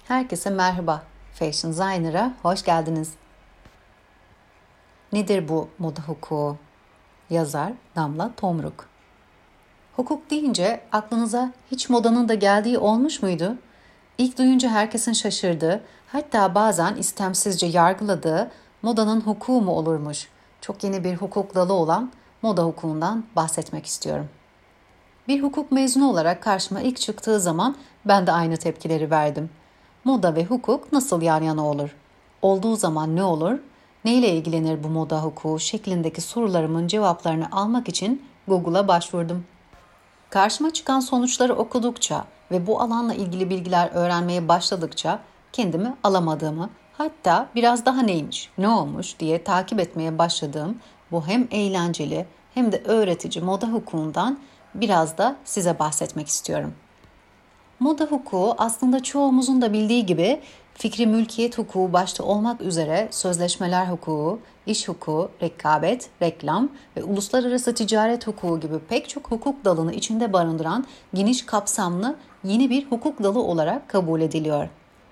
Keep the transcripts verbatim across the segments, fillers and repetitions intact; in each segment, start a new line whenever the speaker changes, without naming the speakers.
Herkese merhaba. Fashion Designer'a hoş geldiniz. Nedir bu moda hukuku? Yazar Damla Tomruk. Hukuk deyince aklınıza hiç modanın da geldiği olmuş muydu? İlk duyunca herkesin şaşırdığı, hatta bazen istemsizce yargıladığı modanın hukuku mu olurmuş? Çok yeni bir hukuk dalı olan moda hukukundan bahsetmek istiyorum. Bir hukuk mezunu olarak karşıma ilk çıktığı zaman ben de aynı tepkileri verdim. Moda ve hukuk nasıl yan yana olur? Olduğu zaman ne olur? Neyle ilgilenir bu moda hukuku şeklindeki sorularımın cevaplarını almak için Google'a başvurdum. Karşıma çıkan sonuçları okudukça ve bu alanla ilgili bilgiler öğrenmeye başladıkça kendimi alamadığımı, hatta biraz daha neymiş, ne olmuş diye takip etmeye başladığım bu hem eğlenceli hem de öğretici moda hukukundan biraz da size bahsetmek istiyorum. Moda hukuku aslında çoğumuzun da bildiği gibi fikri mülkiyet hukuku başta olmak üzere sözleşmeler hukuku, iş hukuku, rekabet, reklam ve uluslararası ticaret hukuku gibi pek çok hukuk dalını içinde barındıran geniş kapsamlı yeni bir hukuk dalı olarak kabul ediliyor.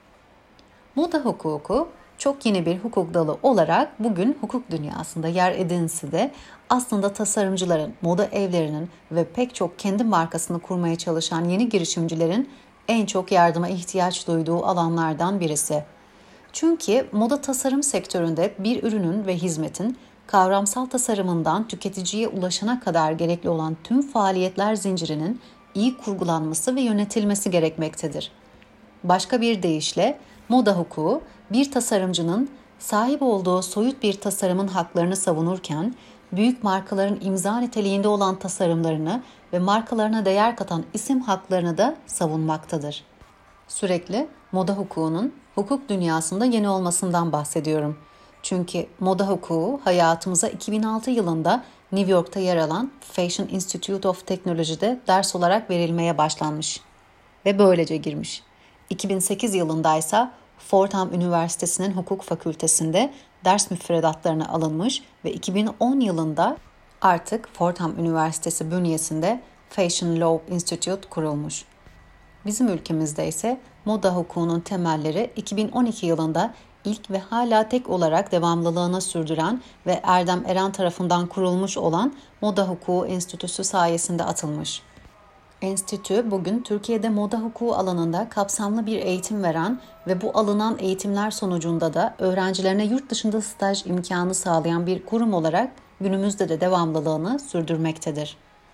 Moda hukuku çok yeni bir hukuk dalı olarak bugün hukuk dünyasında yer edinse de aslında tasarımcıların, moda evlerinin ve pek çok kendi markasını kurmaya çalışan yeni girişimcilerin en çok yardıma ihtiyaç duyduğu alanlardan birisi. Çünkü moda tasarım sektöründe bir ürünün ve hizmetin kavramsal tasarımından tüketiciye ulaşana kadar gerekli olan tüm faaliyetler zincirinin iyi kurgulanması ve yönetilmesi gerekmektedir. Başka bir deyişle moda hukuku bir tasarımcının sahip olduğu soyut bir tasarımın haklarını savunurken büyük markaların imza niteliğinde olan tasarımlarını ve markalarına değer katan isim haklarını da savunmaktadır. Sürekli moda hukukunun hukuk dünyasında yeni olmasından bahsediyorum. Çünkü moda hukuku hayatımıza iki bin altı yılında New York'ta yer alan Fashion Institute of Technology'de ders olarak verilmeye başlanmış ve böylece girmiş. iki bin sekiz yılındaysa Fordham Üniversitesi'nin hukuk fakültesinde ders müfredatlarına alınmış ve iki bin on yılında artık Fordham Üniversitesi bünyesinde Fashion Law Institute kurulmuş. Bizim ülkemizde ise moda hukukunun temelleri iki bin on iki yılında ilk ve hala tek olarak devamlılığını sürdüren ve Erdem Eren tarafından kurulmuş olan Moda Hukuku Enstitüsü sayesinde atılmış. Enstitü bugün Türkiye'de moda hukuku alanında kapsamlı bir eğitim veren ve bu alınan eğitimler sonucunda da öğrencilerine yurt dışında staj imkanı sağlayan bir kurum olarak günümüzde de devamlılığını sürdürmektedir.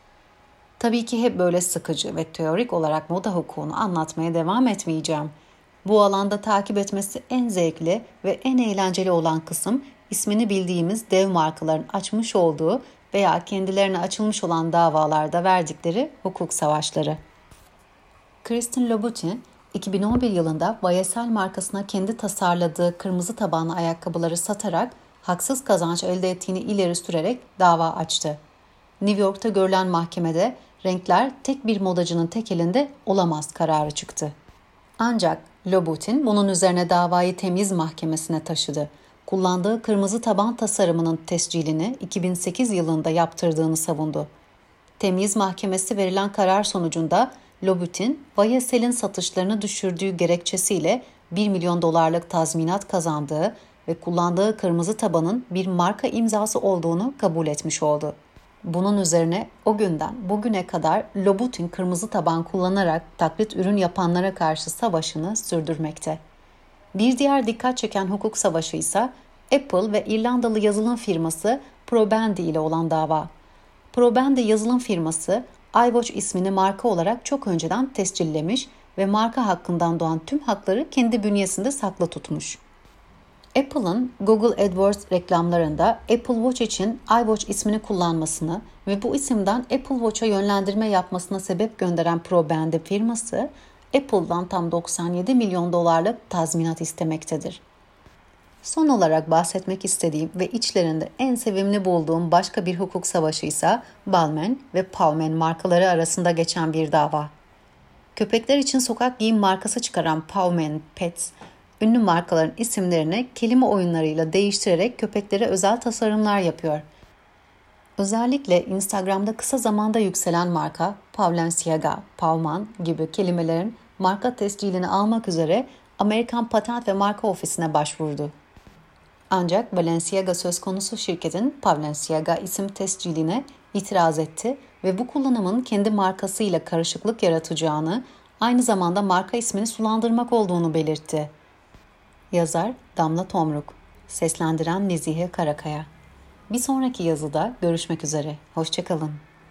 Tabii ki hep böyle sıkıcı ve teorik olarak moda hukukunu anlatmaya devam etmeyeceğim. Bu alanda takip etmesi en zevkli ve en eğlenceli olan kısım ismini bildiğimiz dev markaların açmış olduğu veya kendilerine açılmış olan davalarda verdikleri hukuk savaşları. Christian Louboutin, iki bin on bir yılında Y S L markasına kendi tasarladığı kırmızı tabanlı ayakkabıları satarak haksız kazanç elde ettiğini ileri sürerek dava açtı. New York'ta görülen mahkemede renkler tek bir modacının tek elinde olamaz kararı çıktı. Ancak Louboutin bunun üzerine davayı temyiz mahkemesine taşıdı. Kullandığı kırmızı taban tasarımının tescilini iki bin sekiz yılında yaptırdığını savundu. Temyiz mahkemesi verilen karar sonucunda Louboutin, Y S L'in satışlarını düşürdüğü gerekçesiyle bir milyon dolarlık tazminat kazandığı ve kullandığı kırmızı tabanın bir marka imzası olduğunu kabul etmiş oldu. Bunun üzerine o günden bugüne kadar Louboutin kırmızı taban kullanarak taklit ürün yapanlara karşı savaşını sürdürmekte. Bir diğer dikkat çeken hukuk savaşı ise Apple ve İrlandalı yazılım firması Probendi ile olan dava. Probendi yazılım firması iWatch ismini marka olarak çok önceden tescillemiş ve marka hakkından doğan tüm hakları kendi bünyesinde saklı tutmuş. Apple'ın Google AdWords reklamlarında Apple Watch için iWatch ismini kullanmasını ve bu isimden Apple Watch'a yönlendirme yapmasına sebep gönderen Probendi firması, Apple'dan tam doksan yedi milyon dolarlık tazminat istemektedir. Son olarak bahsetmek istediğim ve içlerinde en sevimli bulduğum başka bir hukuk savaşı ise Balmain ve Pullman markaları arasında geçen bir dava. Köpekler için sokak giyim markası çıkaran Pullman Pets, ünlü markaların isimlerini kelime oyunlarıyla değiştirerek köpeklere özel tasarımlar yapıyor. Özellikle Instagram'da kısa zamanda yükselen marka Balenciaga, Pauman gibi kelimelerin marka tescilini almak üzere Amerikan Patent ve Marka Ofisi'ne başvurdu. Ancak Balenciaga söz konusu şirketin Balenciaga isim tesciline itiraz etti ve bu kullanımın kendi markasıyla karışıklık yaratacağını, aynı zamanda marka ismini sulandırmak olduğunu belirtti. Yazar Damla Tomruk, seslendiren Nezihe Karakaya. Bir sonraki yazıda görüşmek üzere. Hoşça kalın.